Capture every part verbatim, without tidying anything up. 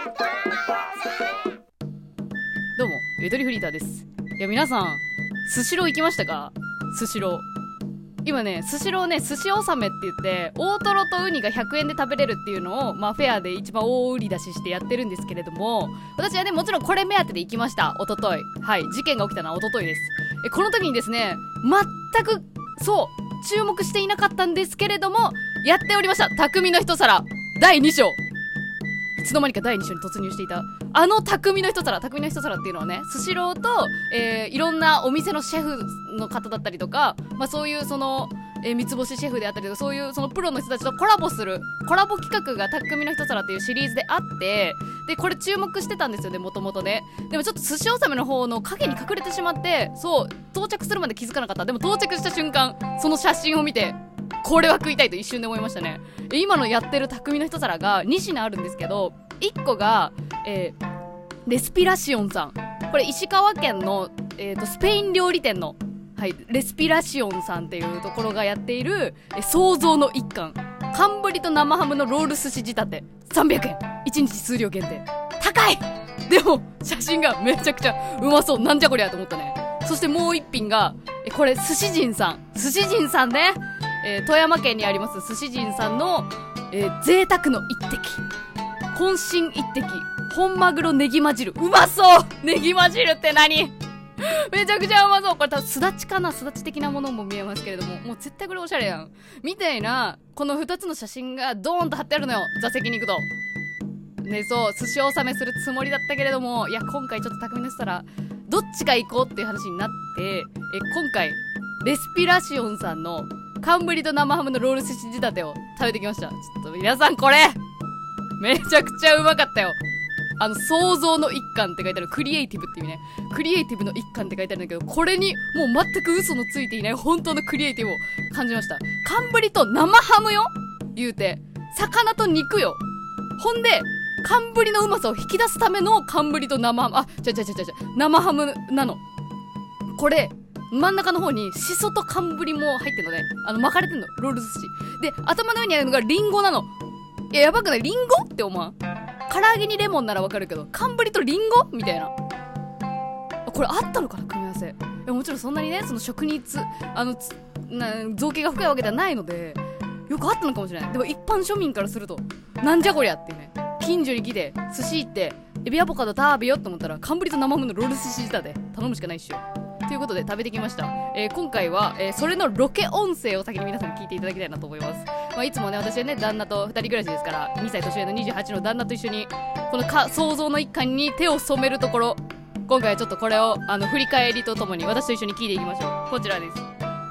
どうもゆとりフリーターです。いや皆さんスシロー行きましたか？スシロー今ね、スシローね、寿司納めって言って大トロとウニがひゃくえんで食べれるっていうのを、まあ、フェアで一番大売り出ししてやってるんですけれども、私はねもちろんこれ目当てで行きました。おととい、はい、事件が起きたのはおとといです。えこの時にですね、全くそう注目していなかったんですけれども、やっておりました。匠の一皿だいに章。いつの間にかだいに章に突入していたあの匠の一皿。匠の一皿っていうのはね、スシローと、えー、いろんなお店のシェフの方だったりとか、まあ、そういうその、えー、三つ星シェフであったりとか、そういうそのプロの人たちとコラボするコラボ企画が匠の一皿っていうシリーズであって、でこれ注目してたんですよね、もともとね。でもちょっと寿司納めの方の影に隠れてしまって、そう到着するまで気づかなかった。でも到着した瞬間、その写真を見てこれは食いたいと一瞬で思いましたね。今のやってる匠の一皿がに品あるんですけど、いっこが、えー、レスピラシオンさん。これ石川県の、えー、とスペイン料理店の、はい、レスピラシオンさんっていうところがやっている、えー、創造の一貫寒ぶりと生ハムのロール寿司仕立てさんびゃくえん、いちにち数量限定。高い。でも写真がめちゃくちゃうまそう。なんじゃこりゃと思ったね。そしてもう一品が、えー、これ寿司人さん。寿司人さんね、えー、富山県にあります寿司人さんの、えー、贅沢の一滴、渾身一滴本マグロネギマ汁。うまそう。ネギマ汁って何？めちゃくちゃうまそう。これ多分すだちかな、すだち的なものも見えますけれども、もう絶対これおしゃれやんみたいな、このふたつの写真がドーンと貼ってあるのよ、座席に行くとね。そう寿司納めするつもりだったけれども、いや今回ちょっと匠のしたらどっちが行こうっていう話になって、え今回レスピラシオンさんの寒ぶりと生ハムのロール寿司仕立てを食べてきました。ちょっと皆さんこれめちゃくちゃうまかったよ。あの創造の一環って書いてある、クリエイティブっていうね、クリエイティブの一環って書いてあるんだけど、これにもう全く嘘のついていない本当のクリエイティブを感じました。寒ぶりと生ハムよ、言うて魚と肉よ。ほんで寒ぶりのうまさを引き出すための寒ぶりと生ハム、あ、ちゃちゃちゃちゃちゃ生ハムなの。これ真ん中の方にシソと寒ぶりも入ってんのね。あの巻かれてんの、ロール寿司で。頭の上にあるのがリンゴなの。いややばくない？リンゴって思わん？唐揚げにレモンならわかるけど、寒ぶりとリンゴみたいな。これあったのかな、組み合わせ。いやもちろんそんなにね、その食につあのつな造形が深いわけではないので、よくあったのかもしれない。でも一般庶民からするとなんじゃこりゃっていうね。近所に来て寿司行ってエビアボカド食べようと思ったら、寒ぶりと生ハムのロール寿司仕立て頼むしかないっしょということで食べてきました。えー、今回は、えー、それのロケ音声を先に皆さんに聞いていただきたいなと思います。まあ、いつもね、私はね、旦那とふたり暮らしですから、にさい年上のにじゅうはちの旦那と一緒にこのか想像の一環に手を染めるところ、今回はちょっとこれをあの振り返りとともに私と一緒に聞いていきましょう。こちらです。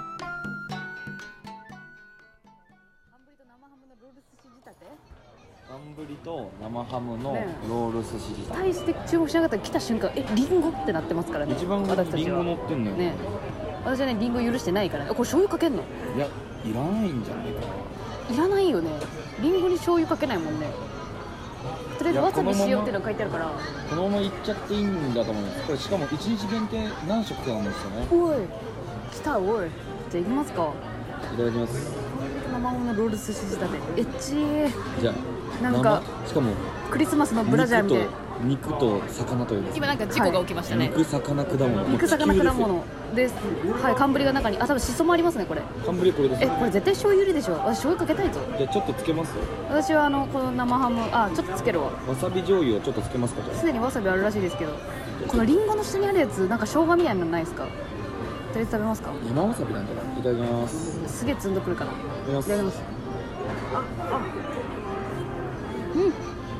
寒ぶりと生ハムのロール寿司仕立て、 大して注目しなかったら来た瞬間、え、リンゴってなってますからね。 一番私たちはリンゴ乗ってんのよね。私はね、リンゴ許してないからね。これ醤油かけんの？ いや、いらないんじゃないかな。 いらないよね。リンゴに醤油かけないもんね。とりあえずわさびしようっていうのが書いてあるから、 このままいっちゃっていいんだと思います。これしかもいちにち限定何食かなんですよね。 おい来た。おいじゃあ行きますか。 いただきます。 生ハムのロール寿司仕立てエッチー。 じゃあなんかしかもクリスマスのブラジャーみたい。 肉と魚というですね、 今なんか事故が起きましたね。 肉魚果物、 肉魚果物です。はい、寒ぶりが中に、あ、多分シソもありますね。これ寒ぶりこれです。 え、これ絶対醤油入りでしょ。私醤油かけたいぞ。 じゃあちょっとつけます。 私はあのこの生ハム、あ、ちょっとつけるわ。 わさび醤油をちょっとつけますか。じゃあすでにわさびあるらしいですけど、このリンゴの下にあるやつなんか生姜みたいなのないですか？とりあえず食べますか。 生わさびなんじゃない？いただきます。 すげえ積んどくるかな。いただきただきます。あ、あ、うん。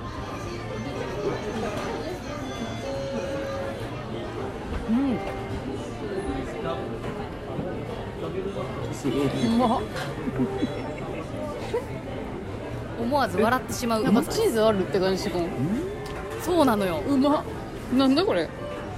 うん、うまっ思わず笑ってしまう。なんかチーズあるって感じしてこん。そうなのよ。うまっ。なんだこれ。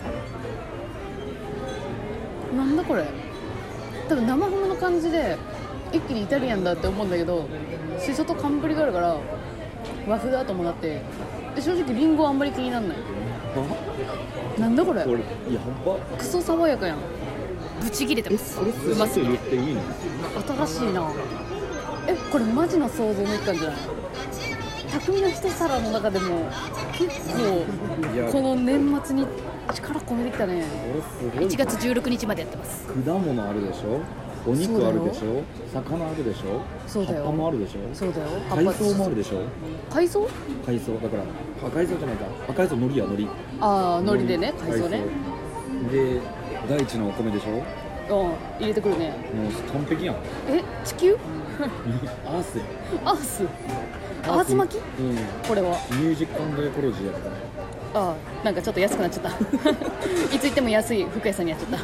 なんだこれ。多分生ハムの感じで一気にイタリアンだって思うんだけど、シソと寒ぶりがあるから和風だともなって、で正直リンゴはあんまり気にならない。なんだこれ。 これいやほんクソ爽やかやん。ブチ切れてます。 これうますぎていいの？ 新しいな。え、これマジの想像の一環じゃない？ 匠の一皿の中でも結いや構この年末に力込めてきたね。 これすごい。 いちがつじゅうろくにちまでやってます。 果物あるでしょ、お肉あるでしょ、魚あるでしょ、 そうだよ葉っぱもあるでしょ、 そうだよ。 海藻もあるでしょ。 海藻？ 海藻だから、あ、海藻じゃないか、あ、海藻海苔や海苔。 ああ、海苔でね、海藻ね。 で、大地のお米でしょ。 うん、入れてくるね。 もう完璧やん。 え、地球？ アースや。 アース？アース巻き？ うん。 これはミュージック&エコロジーやったから。 ああ、なんかちょっと安くなっちゃったいつ行っても安い服屋さんにやっちゃった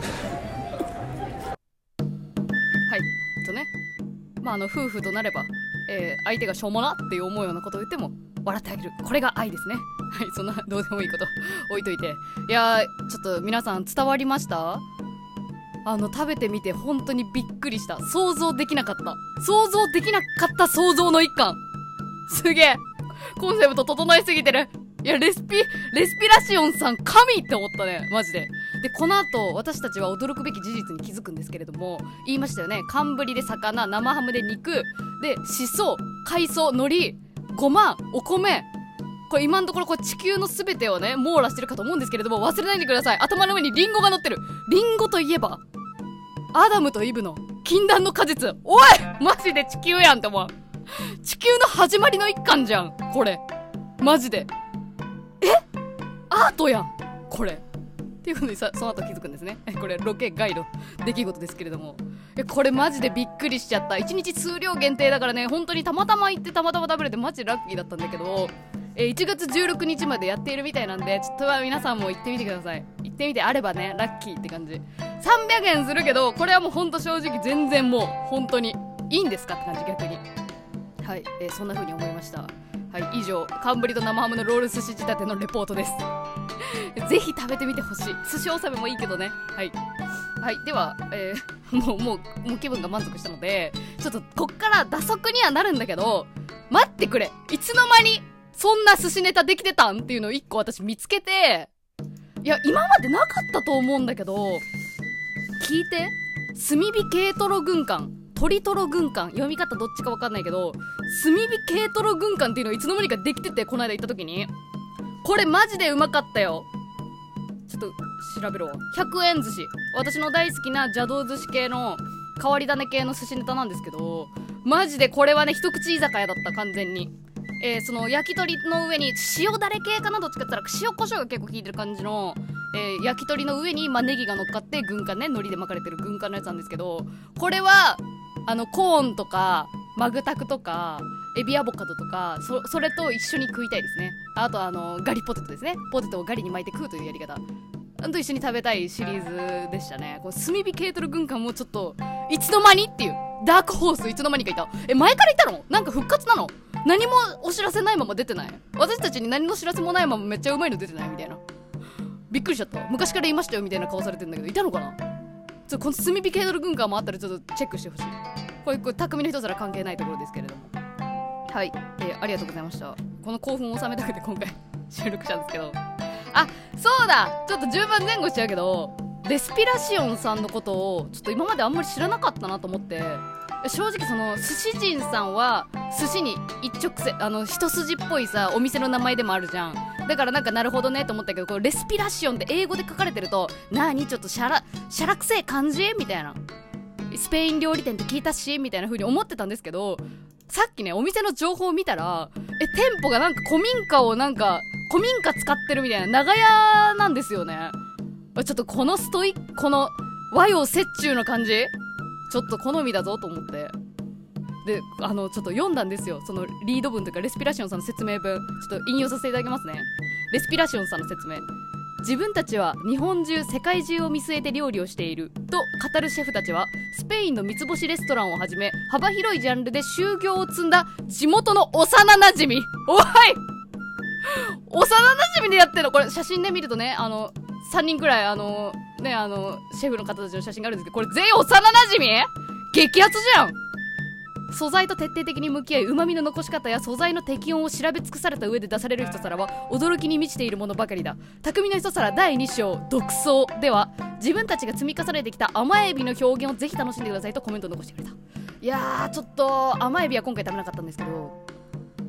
はいとね、まああの夫婦となれば、えー、相手がしょうもなって思うようなことを言っても笑ってあげる、これが愛ですね。はい、そんなどうでもいいこと置いといて、いやー、ちょっと皆さん伝わりました？あの食べてみて本当にびっくりした。想像できなかった想像できなかった想像の一環。すげえ、コンセプト整いすぎてる。いや、レスピ、レスピラシオンさん神って思ったね、マジで。で、この後、私たちは驚くべき事実に気づくんですけれども、言いましたよね。寒ブリで魚、生ハムで肉、で、シソ、海藻、海苔、ごま、お米。これ今のところこれ地球の全てをね、網羅してるかと思うんですけれども、忘れないでください。頭の上にリンゴが乗ってる。リンゴといえば、アダムとイブの禁断の果実。おいマジで地球やんって思う。地球の始まりの一環じゃん、これ。マジで。えアートやんこれっていうことにさ、その後気づくんですね。これロケガイド出来事ですけれども、えこれマジでびっくりしちゃった。いちにち数量限定だからね、本当にたまたま行ってたまたま食べれてマジでラッキーだったんだけど、えいちがつじゅうろくにちまでやっているみたいなんで、ちょっとは皆さんも行ってみてください。行ってみて、あればねラッキーって感じ。さんびゃくえんするけど、これはもうほんと正直全然もう本当にいいんですかって感じ。逆にはい、えー、そんな風に思いました。はい、以上、寒ブリと生ハムのロール寿司仕立てのレポートですぜひ食べてみてほしい。寿司納めもいいけどね。はい、はい、では、えー、もうもうもう気分が満足したので、ちょっとこっから打足にはなるんだけど、待ってくれ、いつの間にそんな寿司ネタできてたんっていうのを一個私見つけて、いや今までなかったと思うんだけど、聞いて、炭火軽トロ軍艦、鳥トロ軍艦、読み方どっちか分かんないけど、炭火軽トロ軍艦っていうのをいつの間にかできてて、この間行った時に、これマジでうまかったよ。ちょっと調べろ。ひゃくえん寿司、私の大好きな邪道寿司系の変わり種系の寿司ネタなんですけど、マジでこれはね一口居酒屋だった。完全に、えー、その焼き鳥の上に塩だれ系かな、どっちかって言ったら塩コショウが結構効いてる感じの、えー、焼き鳥の上に、まあ、ネギが乗っかって軍艦ね、海苔で巻かれてる軍艦のやつなんですけど、これはあのコーンとかマグタクとかエビアボカドとか、 そ, それと一緒に食いたいですね。あとあのガリポテトですね。ポテトをガリに巻いて食うというやり方と一緒に食べたいシリーズでしたね。この炭火軽トロ軍艦もちょっといつの間にっていう、ダークホースいつの間にかいた。え、前からいたの？なんか復活なの？何もお知らせないまま出てない？私たちに何の知らせもないままめっちゃうまいの出てないみたいな。びっくりしちゃった。昔からいましたよみたいな顔されてるんだけど、いたのかな。ちょこの炭火軽トロ軍艦もあったらちょっとチェックしてほしい。これこれ匠の一皿関係ないところですけれども、はい、えー、ありがとうございました。この興奮を収めたくて今回収録したんですけど、あ、そうだ、ちょっと十分前後しちゃうけど、レスピラシオンさんのことをちょっと今まであんまり知らなかったなと思って、正直その寿司人さんは寿司に一直線、あの一筋っぽいさお店の名前でもあるじゃん。だからなんかなるほどねと思ったけど、これレスピラシオンって英語で書かれてると、なーにちょっとシャラシャラくせえ感じみたいな、スペイン料理店って聞いたしみたいな風に思ってたんですけど、さっきねお店の情報を見たら、え店舗がなんか古民家をなんか古民家使ってるみたいな長屋なんですよね。ちょっとこのストイック、この和洋折衷の感じ、ちょっと好みだぞと思って、であのちょっと読んだんですよ、そのリード文というかレスピラシオンさんの説明文。ちょっと引用させていただきますね。レスピラシオンさんの説明。自分たちは日本中世界中を見据えて料理をしていると語るシェフたちは、スペインの三つ星レストランをはじめ幅広いジャンルで修行を積んだ地元の幼なじみ。おい幼なじみでやってるの。これ写真で見るとね、あのさんにんくらいあのねあのシェフの方たちの写真があるんですけど、これ全員幼なじみ激アツじゃん。素材と徹底的に向き合い、旨味の残し方や素材の適温を調べ尽くされた上で出される一皿は驚きに満ちているものばかりだ。匠の一皿だいに章独創では、自分たちが積み重ねてきた甘エビの表現をぜひ楽しんでくださいとコメントを残してくれた。いやー、ちょっと甘エビは今回食べなかったんですけど、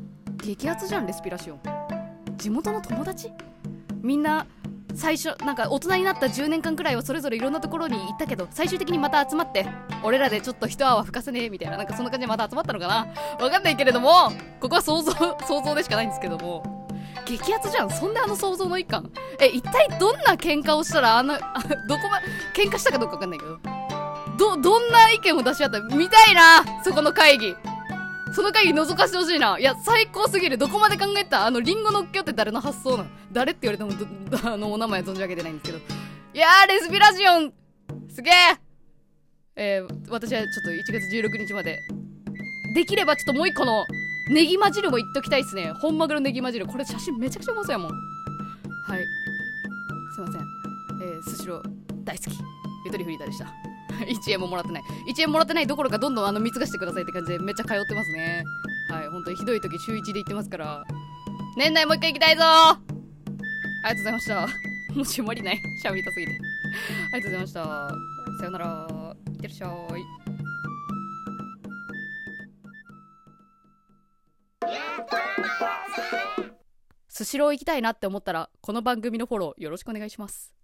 激アツじゃんレスピラシオン。地元の友達みんな最初なんか大人になったじゅうねんかんくらいはそれぞれいろんなところに行ったけど、最終的にまた集まって俺らでちょっと一泡吹かせねえみたいな、なんかそんな感じでまた集まったのかな、わかんないけれども、ここは想像想像でしかないんですけども、激アツじゃん。そんであの想像の一環、え一体どんな喧嘩をしたらあのあどこま喧嘩したかどうかわかんないけど、どどんな意見を出し合った見たいな、そこの会議。その会議覗かしてほしいな。いや最高すぎる。どこまで考えたあのリンゴのっけよって誰の発想なの、誰って言われてもどあのお名前存じ上げてないんですけど、いやーレスピラシオンすげえ。えー、私はちょっといちがつじゅうろくにちまでできればちょっともう一個のネギ混汁も言っときたいっすね。本マグロネギ混汁、これ写真めちゃくちゃうまそうやもん。はい、すいません。えー、スシロー大好きゆとりフリーターでした。いちえんももらってない。いちえんもらってないどころかどんどんあの貢がしてくださいって感じでめっちゃ通ってますね。はい、本当にひどい時週いちで行ってますから、年内もう一回行きたいぞー。ありがとうございました。もう締まりない。喋りたすぎて。ありがとうございました。さよなら。いってらっしゃい。スシロー行きたいなって思ったらこの番組のフォローよろしくお願いします。